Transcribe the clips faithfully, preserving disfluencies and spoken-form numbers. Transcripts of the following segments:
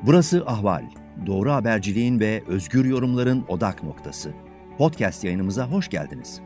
Burası Ahval. Doğru haberciliğin ve özgür yorumların odak noktası. Podcast yayınımıza hoş geldiniz.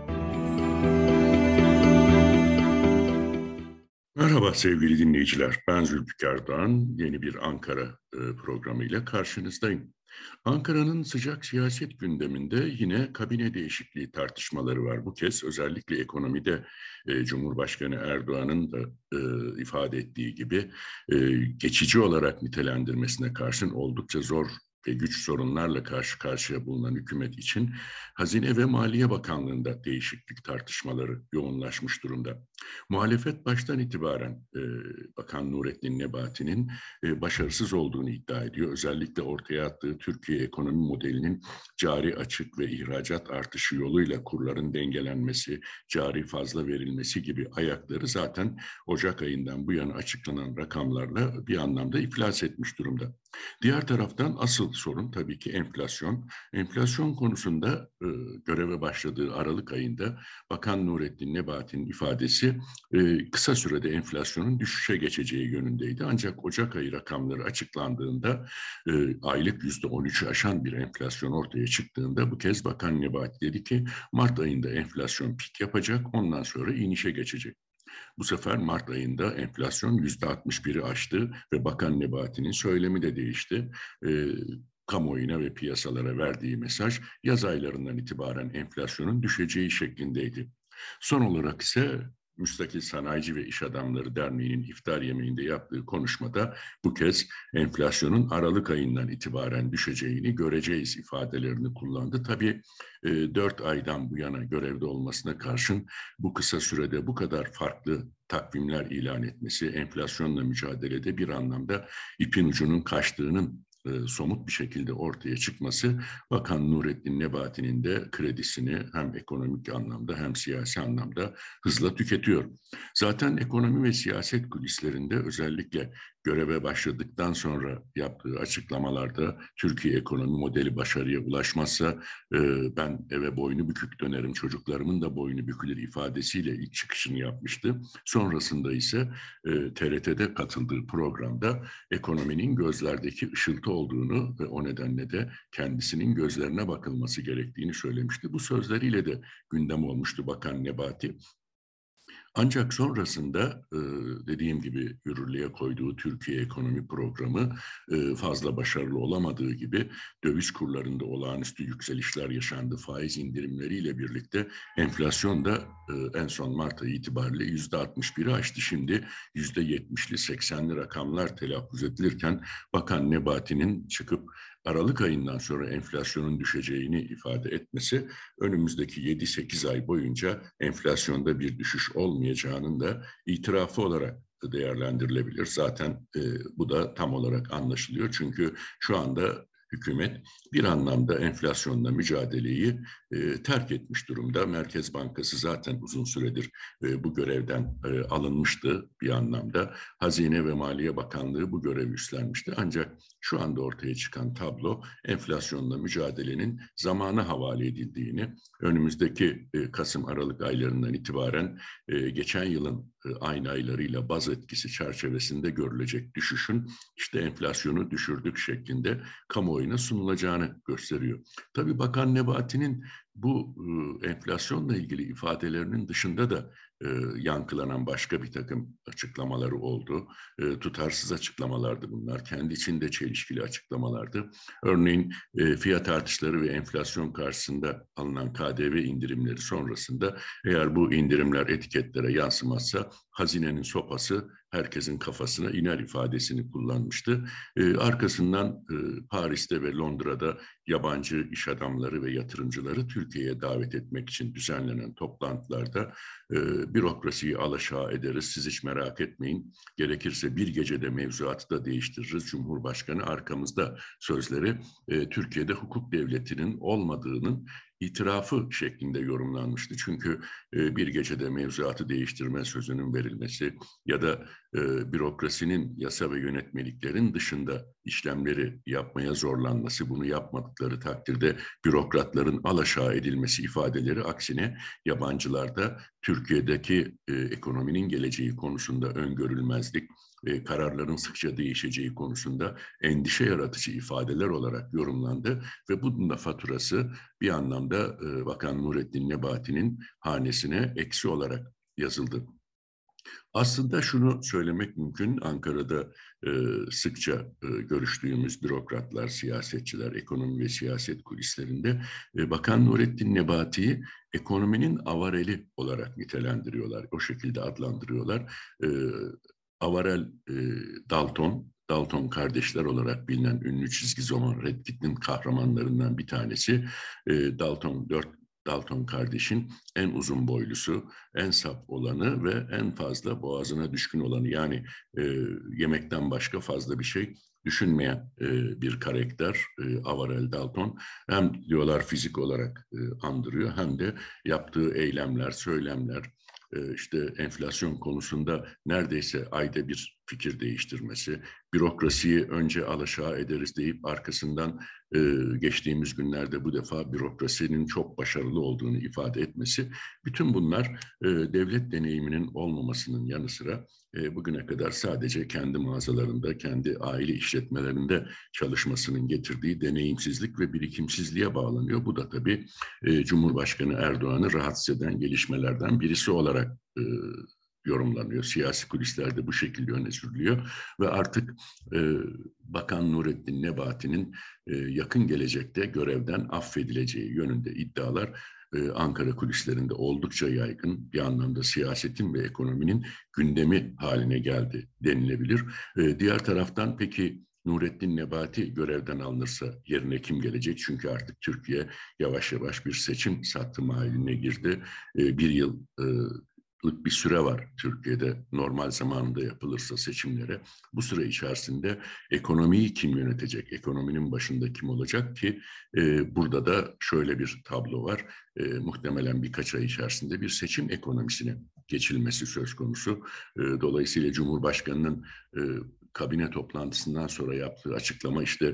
Merhaba sevgili dinleyiciler. Ben Zülfikar Doğan. Yeni bir Ankara e, programıyla karşınızdayım. Ankara'nın sıcak siyaset gündeminde yine kabine değişikliği tartışmaları var. Bu kez özellikle ekonomide e, Cumhurbaşkanı Erdoğan'ın da e, ifade ettiği gibi e, geçici olarak nitelendirmesine karşın oldukça zor ve güç sorunlarla karşı karşıya bulunan hükümet için Hazine ve Maliye Bakanlığı'nda değişiklik tartışmaları yoğunlaşmış durumda. Muhalefet baştan itibaren e, Bakan Nurettin Nebati'nin e, başarısız olduğunu iddia ediyor. Özellikle ortaya attığı Türkiye ekonomi modelinin cari açık ve ihracat artışı yoluyla kurların dengelenmesi, cari fazla verilmesi gibi ayakları zaten Ocak ayından bu yana açıklanan rakamlarla bir anlamda iflas etmiş durumda. Diğer taraftan asıl sorun tabii ki enflasyon. Enflasyon konusunda e, göreve başladığı Aralık ayında Bakan Nurettin Nebati'nin ifadesi e, kısa sürede enflasyonun düşüşe geçeceği yönündeydi. Ancak Ocak ayı rakamları açıklandığında e, aylık yüzde on üçü aşan bir enflasyon ortaya çıktığında bu kez Bakan Nebati dedi ki Mart ayında enflasyon pik yapacak, ondan sonra inişe geçecek. Bu sefer Mart ayında enflasyon yüzde altmış biri aştı ve Bakan Nebati'nin söylemi de değişti. E, kamuoyuna ve piyasalara verdiği mesaj yaz aylarından itibaren enflasyonun düşeceği şeklindeydi. Son olarak ise Müstakil Sanayici ve İş Adamları Derneği'nin iftar yemeğinde yaptığı konuşmada bu kez enflasyonun Aralık ayından itibaren düşeceğini göreceğiz ifadelerini kullandı. Tabii dört aydan bu yana görevde olmasına karşın bu kısa sürede bu kadar farklı takvimler ilan etmesi, enflasyonla mücadelede bir anlamda ipin ucunun kaçtığının e, somut bir şekilde ortaya çıkması Bakan Nurettin Nebati'nin de kredisini hem ekonomik anlamda hem siyasi anlamda hızla tüketiyor. Zaten ekonomi ve siyaset kulislerinde özellikle göreve başladıktan sonra yaptığı açıklamalarda Türkiye ekonomi modeli başarıya ulaşmazsa e, ben eve boynu bükük dönerim, çocuklarımın da boynu bükülür ifadesiyle ilk çıkışını yapmıştı. Sonrasında ise e, T R T'de katıldığı programda ekonominin gözlerdeki ışıltı olduğunu ve o nedenle de kendisinin gözlerine bakılması gerektiğini söylemişti. Bu sözleriyle de gündem olmuştu Bakan Nebati. Ancak sonrasında dediğim gibi yürürlüğe koyduğu Türkiye Ekonomi Programı fazla başarılı olamadığı gibi döviz kurlarında olağanüstü yükselişler yaşandı. Faiz indirimleriyle birlikte enflasyon da en son Mart ayı itibariyle yüzde altmış biri aştı. Şimdi yüzde yetmişli seksenli rakamlar telaffuz edilirken Bakan Nebati'nin çıkıp Aralık ayından sonra enflasyonun düşeceğini ifade etmesi önümüzdeki yedi sekiz ay boyunca enflasyonda bir düşüş olmayacağının da itirafı olarak değerlendirilebilir. Zaten e, bu da tam olarak anlaşılıyor. Çünkü şu anda hükümet bir anlamda enflasyonla mücadeleyi e, terk etmiş durumda. Merkez Bankası zaten uzun süredir e, bu görevden e, alınmıştı bir anlamda. Hazine ve Maliye Bakanlığı bu görevi üstlenmişti. Ancak şu anda ortaya çıkan tablo enflasyonla mücadelenin zamana havale edildiğini, önümüzdeki e, Kasım-Aralık aylarından itibaren e, geçen yılın e, aynı aylarıyla baz etkisi çerçevesinde görülecek düşüşün işte enflasyonu düşürdük şeklinde kamuoyuna sunulacağını gösteriyor. Tabii Bakan Nebati'nin bu e, enflasyonla ilgili ifadelerinin dışında da e, yankılanan başka bir takım açıklamaları oldu. E, tutarsız açıklamalardı bunlar. Kendi içinde çelişkili açıklamalardı. Örneğin e, fiyat artışları ve enflasyon karşısında alınan K D V indirimleri sonrasında eğer bu indirimler etiketlere yansımazsa hazinenin sopası herkesin kafasına iner ifadesini kullanmıştı. E, arkasından e, Paris'te ve Londra'da yabancı iş adamları ve yatırımcıları Türkiye'ye davet etmek için düzenlenen toplantılarda e, bürokrasiyi alaşağı ederiz, siz hiç merak etmeyin, gerekirse bir gecede mevzuatı da değiştiririz, Cumhurbaşkanı arkamızda sözleri e, Türkiye'de hukuk devletinin olmadığının itirafı şeklinde yorumlanmıştı. Çünkü e, bir gecede mevzuatı değiştirme sözünün verilmesi ya da e, bürokrasinin yasa ve yönetmeliklerin dışında işlemleri yapmaya zorlanması, bunu yapmadıkları takdirde bürokratların alaşağı edilmesi ifadeleri aksine yabancılarda Türkiye'deki e, ekonominin geleceği konusunda öngörülmezlik, e, kararların sıkça değişeceği konusunda endişe yaratıcı ifadeler olarak yorumlandı ve bunun da faturası bir anlamda e, Bakan Nurettin Nebati'nin hanesine eksi olarak yazıldı. Aslında şunu söylemek mümkün, Ankara'da e, sıkça e, görüştüğümüz bürokratlar, siyasetçiler, ekonomi ve siyaset kulislerinde e, Bakan Nurettin Nebati'yi ekonominin avareli olarak nitelendiriyorlar, o şekilde adlandırıyorlar. E, Avarel e, Dalton, Dalton kardeşler olarak bilinen ünlü çizgi roman Red Kit'in kahramanlarından bir tanesi. E, Dalton, dört Dalton kardeşin en uzun boylusu, en sap olanı ve en fazla boğazına düşkün olanı, yani e, yemekten başka fazla bir şey düşünmeyen e, bir karakter e, Avarel Dalton. Hem diyorlar fizik olarak e, andırıyor, hem de yaptığı eylemler, söylemler, e, işte enflasyon konusunda neredeyse ayda bir fikir değiştirmesi, bürokrasiyi önce alaşağı ederiz deyip arkasından e, geçtiğimiz günlerde bu defa bürokrasinin çok başarılı olduğunu ifade etmesi, bütün bunlar e, devlet deneyiminin olmamasının yanı sıra e, bugüne kadar sadece kendi mağazalarında, kendi aile işletmelerinde çalışmasının getirdiği deneyimsizlik ve birikimsizliğe bağlanıyor. Bu da tabii e, Cumhurbaşkanı Erdoğan'ı rahatsız eden gelişmelerden birisi olarak e, yorumlanıyor. Siyasi kulislerde bu şekilde öne sürülüyor ve artık e, Bakan Nurettin Nebati'nin e, yakın gelecekte görevden affedileceği yönünde iddialar e, Ankara kulislerinde oldukça yaygın, bir anlamda siyasetin ve ekonominin gündemi haline geldi denilebilir. E, diğer taraftan peki Nurettin Nebati görevden alınırsa yerine kim gelecek? Çünkü artık Türkiye yavaş yavaş bir seçim sattımı haline girdi. E, bir yıl e, bir süre var Türkiye'de normal zamanında yapılırsa seçimlere. Bu süre içerisinde ekonomiyi kim yönetecek? Ekonominin başında kim olacak ki? E, burada da şöyle bir tablo var. E, muhtemelen birkaç ay içerisinde bir seçim ekonomisine geçilmesi söz konusu. E, dolayısıyla Cumhurbaşkanı'nın e, kabine toplantısından sonra yaptığı açıklama, işte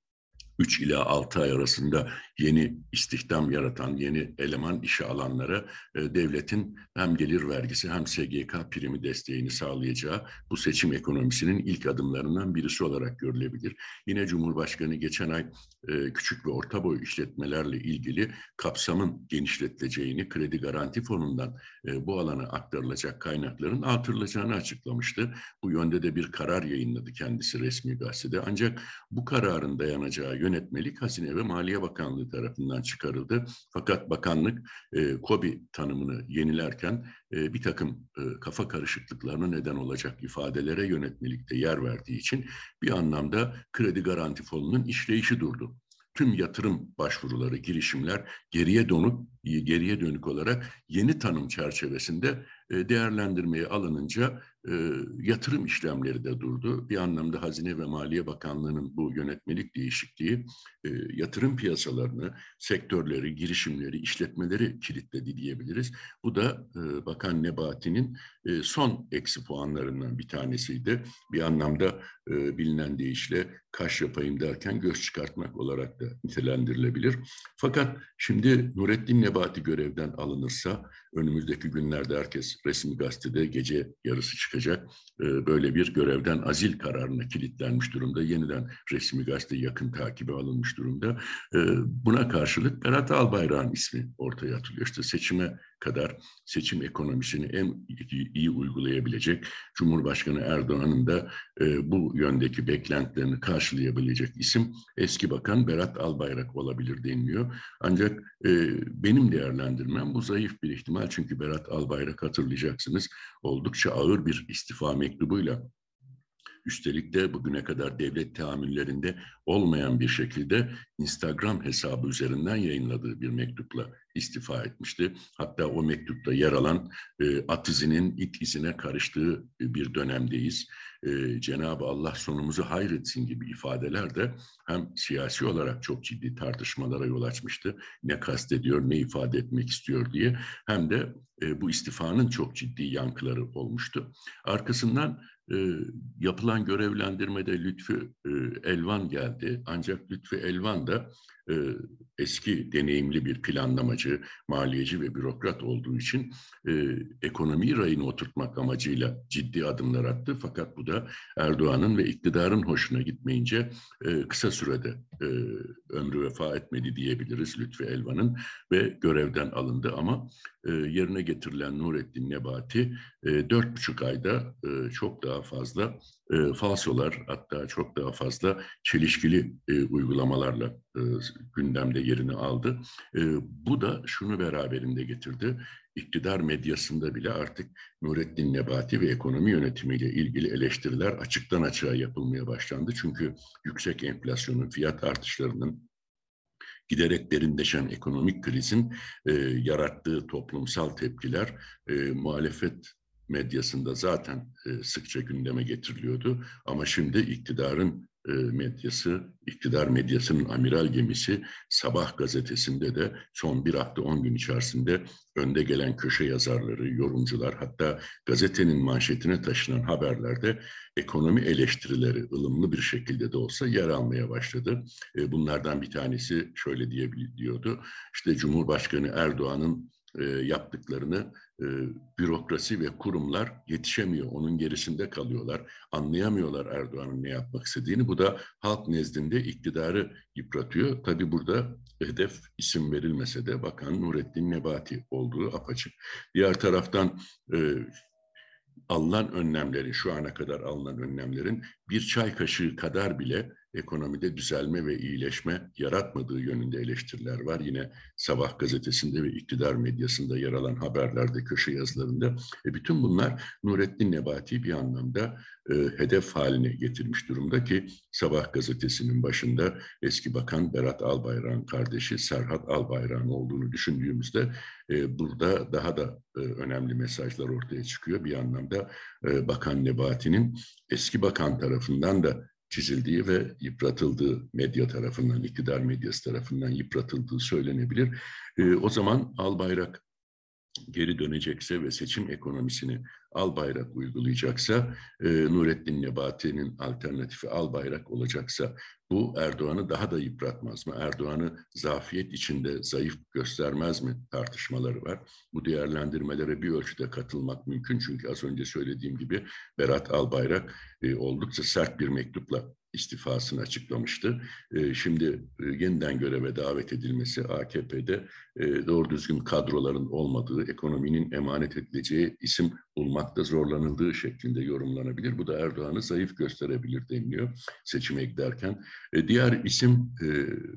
üç ila altı ay arasında yeni istihdam yaratan, yeni eleman işe alanlara e, devletin hem gelir vergisi hem S G K primi desteğini sağlayacağı bu seçim ekonomisinin ilk adımlarından birisi olarak görülebilir. Yine Cumhurbaşkanı geçen ay e, küçük ve orta boy işletmelerle ilgili kapsamın genişletileceğini, kredi garanti fonundan e, bu alana aktarılacak kaynakların artırılacağını açıklamıştı. Bu yönde de bir karar yayınladı kendisi resmi gazetede. Ancak bu kararın dayanacağı yönetmelik Hazine ve Maliye Bakanlığı tarafından çıkarıldı. Fakat bakanlık e, KOBİ tanımını yenilerken e, bir takım e, kafa karışıklıklarına neden olacak ifadelere yönetmelikte yer verdiği için bir anlamda kredi garanti fonunun işleyişi durdu. Tüm yatırım başvuruları, girişimler geriye dönük, geriye dönük olarak yeni tanım çerçevesinde e, değerlendirmeye alınınca e, yatırım işlemleri de durdu. Bir anlamda Hazine ve Maliye Bakanlığı'nın bu yönetmelik değişikliği e, yatırım piyasalarını, sektörleri, girişimleri, işletmeleri kilitledi diyebiliriz. Bu da e, Bakan Nebati'nin e, son eksi puanlarından bir tanesiydi. Bir anlamda e, bilinen deyişle kaş yapayım derken göz çıkartmak olarak da nitelendirilebilir. Fakat şimdi Nurettin Nebati görevden alınırsa önümüzdeki günlerde herkes resmi gazetede gece yarısı çıkacak. Böyle bir görevden azil kararına kilitlenmiş durumda. Yeniden resmi gazete yakın takibe alınmış durumda. Buna karşılık Berat Albayrak'ın ismi ortaya atılıyor. İşte seçime kadar seçim ekonomisini en iyi uygulayabilecek, Cumhurbaşkanı Erdoğan'ın da bu yöndeki beklentilerini karşılayabilecek isim eski bakan Berat Albayrak olabilir deniliyor. Ancak benim değerlendirmem bu zayıf bir ihtimal. Çünkü Berat Albayrak, hatırlayacaksınız, oldukça ağır bir istifa mektubuyla, üstelik de bugüne kadar devlet teamüllerinde olmayan bir şekilde Instagram hesabı üzerinden yayınladığı bir mektupla istifa etmişti. Hatta o mektupta yer alan e, at izinin it izine karıştığı bir dönemdeyiz. E, Cenab-ı Allah sonumuzu hayretsin gibi ifadeler de hem siyasi olarak çok ciddi tartışmalara yol açmıştı. Ne kastediyor, ne ifade etmek istiyor diye. Hem de e, bu istifanın çok ciddi yankıları olmuştu. Arkasından e, yapılan görevlendirmede Lütfü e, Elvan geldi. Ancak Lütfü Elvan da e, eski deneyimli bir planlamacı, maliyeci ve bürokrat olduğu için e, ekonomiyi rayına oturtmak amacıyla ciddi adımlar attı. Fakat bu da Erdoğan'ın ve iktidarın hoşuna gitmeyince e, kısa sürede e, ömrü vefa etmedi diyebiliriz Lütfi Elvan'ın ve görevden alındı. Ama e, yerine getirilen Nurettin Nebati e, dört buçuk ayda e, çok daha fazla e, falsolar, hatta çok daha fazla çelişkili e, uygulamalarla e, gündemde yerini aldı. E, bu da şunu beraberinde getirdi. İktidar medyasında bile artık Nurettin Nebati ve ekonomi yönetimiyle ilgili eleştiriler açıktan açığa yapılmaya başlandı. Çünkü yüksek enflasyonun, fiyat artışlarının, giderek derinleşen ekonomik krizin e, yarattığı toplumsal tepkiler e, muhalefet medyasında zaten e, sıkça gündeme getiriliyordu. Ama şimdi iktidarın e, medyası, iktidar medyasının amiral gemisi Sabah gazetesinde de son bir hafta on gün içerisinde önde gelen köşe yazarları, yorumcular, hatta gazetenin manşetine taşınan haberlerde ekonomi eleştirileri ılımlı bir şekilde de olsa yer almaya başladı. E, bunlardan bir tanesi şöyle diyebiliyordu. İşte Cumhurbaşkanı Erdoğan'ın e, yaptıklarını e, bürokrasi ve kurumlar yetişemiyor. Onun gerisinde kalıyorlar. Anlayamıyorlar Erdoğan'ın ne yapmak istediğini. Bu da halk nezdinde iktidarı yıpratıyor. Tabii burada hedef isim verilmese de Bakan Nurettin Nebati olduğu apaçık. Diğer taraftan e, alınan önlemlerin, şu ana kadar alınan önlemlerin bir çay kaşığı kadar bile ekonomide düzelme ve iyileşme yaratmadığı yönünde eleştiriler var. Yine Sabah gazetesinde ve iktidar medyasında yer alan haberlerde, köşe yazılarında. E bütün bunlar Nurettin Nebati'yi bir anlamda e, hedef haline getirmiş durumda ki Sabah gazetesinin başında eski bakan Berat Albayrak'ın kardeşi Serhat Albayrak'ın olduğunu düşündüğümüzde e, burada daha da e, önemli mesajlar ortaya çıkıyor. Bir anlamda e, Bakan Nebati'nin eski bakan tarafından da çizildiği ve yıpratıldığı, medya tarafından, iktidar medyası tarafından yıpratıldığı söylenebilir. E, o zaman Albayrak geri dönecekse ve seçim ekonomisini Albayrak uygulayacaksa, e, Nurettin Nebati'nin alternatifi Albayrak olacaksa bu Erdoğan'ı daha da yıpratmaz mı? Erdoğan'ı zafiyet içinde zayıf göstermez mi tartışmaları var. Bu değerlendirmelere bir ölçüde katılmak mümkün. Çünkü az önce söylediğim gibi Berat Albayrak e, oldukça sert bir mektupla istifasını açıklamıştı. E, şimdi e, yeniden göreve davet edilmesi A K P'de e, doğru düzgün kadroların olmadığı, ekonominin emanet edileceği isim bulmakta zorlanıldığı şeklinde yorumlanabilir. Bu da Erdoğan'ı zayıf gösterebilir deniliyor seçime giderken. E, diğer isim e,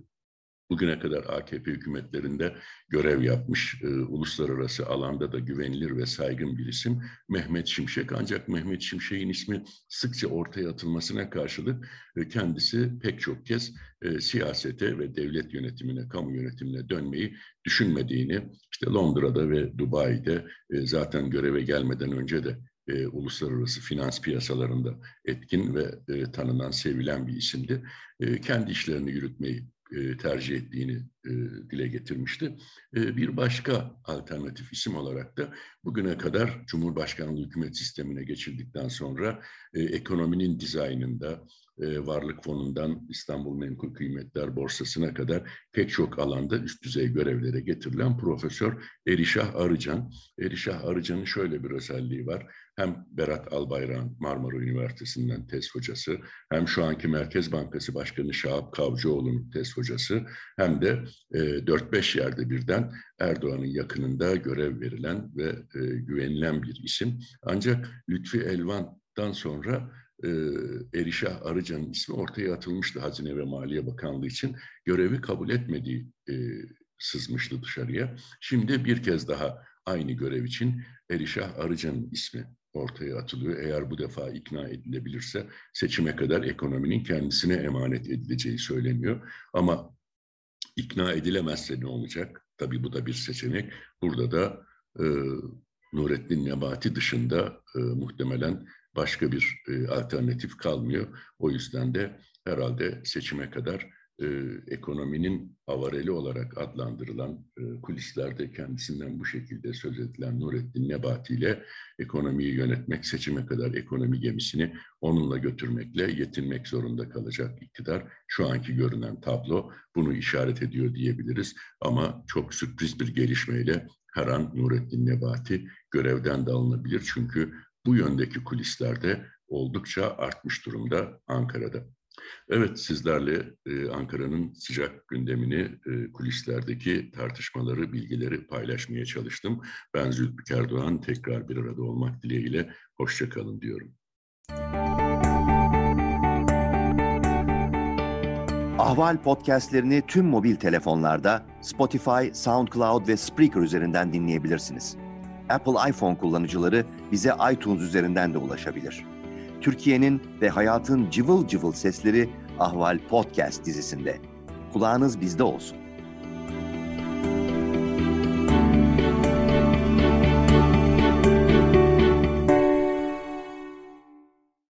bugüne kadar A K P hükümetlerinde görev yapmış, e, uluslararası alanda da güvenilir ve saygın bir isim Mehmet Şimşek. Ancak Mehmet Şimşek'in ismi sıkça ortaya atılmasına karşılık e, kendisi pek çok kez e, siyasete ve devlet yönetimine, kamu yönetimine dönmeyi düşünmediğini, işte Londra'da ve Dubai'de e, zaten göreve gelmeden önce de e, uluslararası finans piyasalarında etkin ve e, tanınan, sevilen bir isimdi. E, kendi işlerini yürütmeyi e, tercih ettiğini e, dile getirmişti. E, bir başka alternatif isim olarak da bugüne kadar Cumhurbaşkanlığı hükümet sistemine geçildikten sonra e, ekonominin dizaynında, e, varlık fonundan İstanbul Menkul Kıymetler Borsası'na kadar pek çok alanda üst düzey görevlere getirilen Profesör Erişah Arıcan. Erişah Arıcan'ın şöyle bir özelliği var. Hem Berat Albayrak'ın Marmara Üniversitesi'nden tez hocası, hem şu anki Merkez Bankası Başkanı Şahap Kavcıoğlu'nun tez hocası, hem de e, dört beş yerde birden Erdoğan'ın yakınında görev verilen ve e, güvenilen bir isim. Ancak Lütfi Elvan'dan sonra e, Erişah Arıcan'ın ismi ortaya atılmıştı Hazine ve Maliye Bakanlığı için. Görevi kabul etmediği e, sızmıştı dışarıya. Şimdi bir kez daha aynı görev için Erişah Arıcan'ın ismi ortaya atılıyor. Eğer bu defa ikna edilebilirse seçime kadar ekonominin kendisine emanet edileceği söyleniyor. Ama ikna edilemezse ne olacak? Tabii bu da bir seçenek. Burada da e, Nurettin Nebati dışında e, muhtemelen başka bir e, alternatif kalmıyor. O yüzden de herhalde seçime kadar e, ekonominin avareli olarak adlandırılan, e, kulislerde kendisinden bu şekilde söz edilen Nurettin Nebati ile ekonomiyi yönetmek, seçime kadar ekonomi gemisini onunla götürmekle yetinmek zorunda kalacak iktidar. Şu anki görünen tablo bunu işaret ediyor diyebiliriz. Ama çok sürpriz bir gelişmeyle her an Nurettin Nebati görevden de alınabilir. Çünkü bu yöndeki kulislerde oldukça artmış durumda Ankara'da. Evet, sizlerle e, Ankara'nın sıcak gündemini, e, kulislerdeki tartışmaları, bilgileri paylaşmaya çalıştım. Ben Zülfikar Doğan, tekrar bir arada olmak dileğiyle hoşça kalın diyorum. Ahval podcastlerini tüm mobil telefonlarda Spotify, SoundCloud ve Spreaker üzerinden dinleyebilirsiniz. Apple iPhone kullanıcıları bize iTunes üzerinden de ulaşabilir. Türkiye'nin ve hayatın cıvıl cıvıl sesleri Ahval Podcast dizisinde. Kulağınız bizde olsun.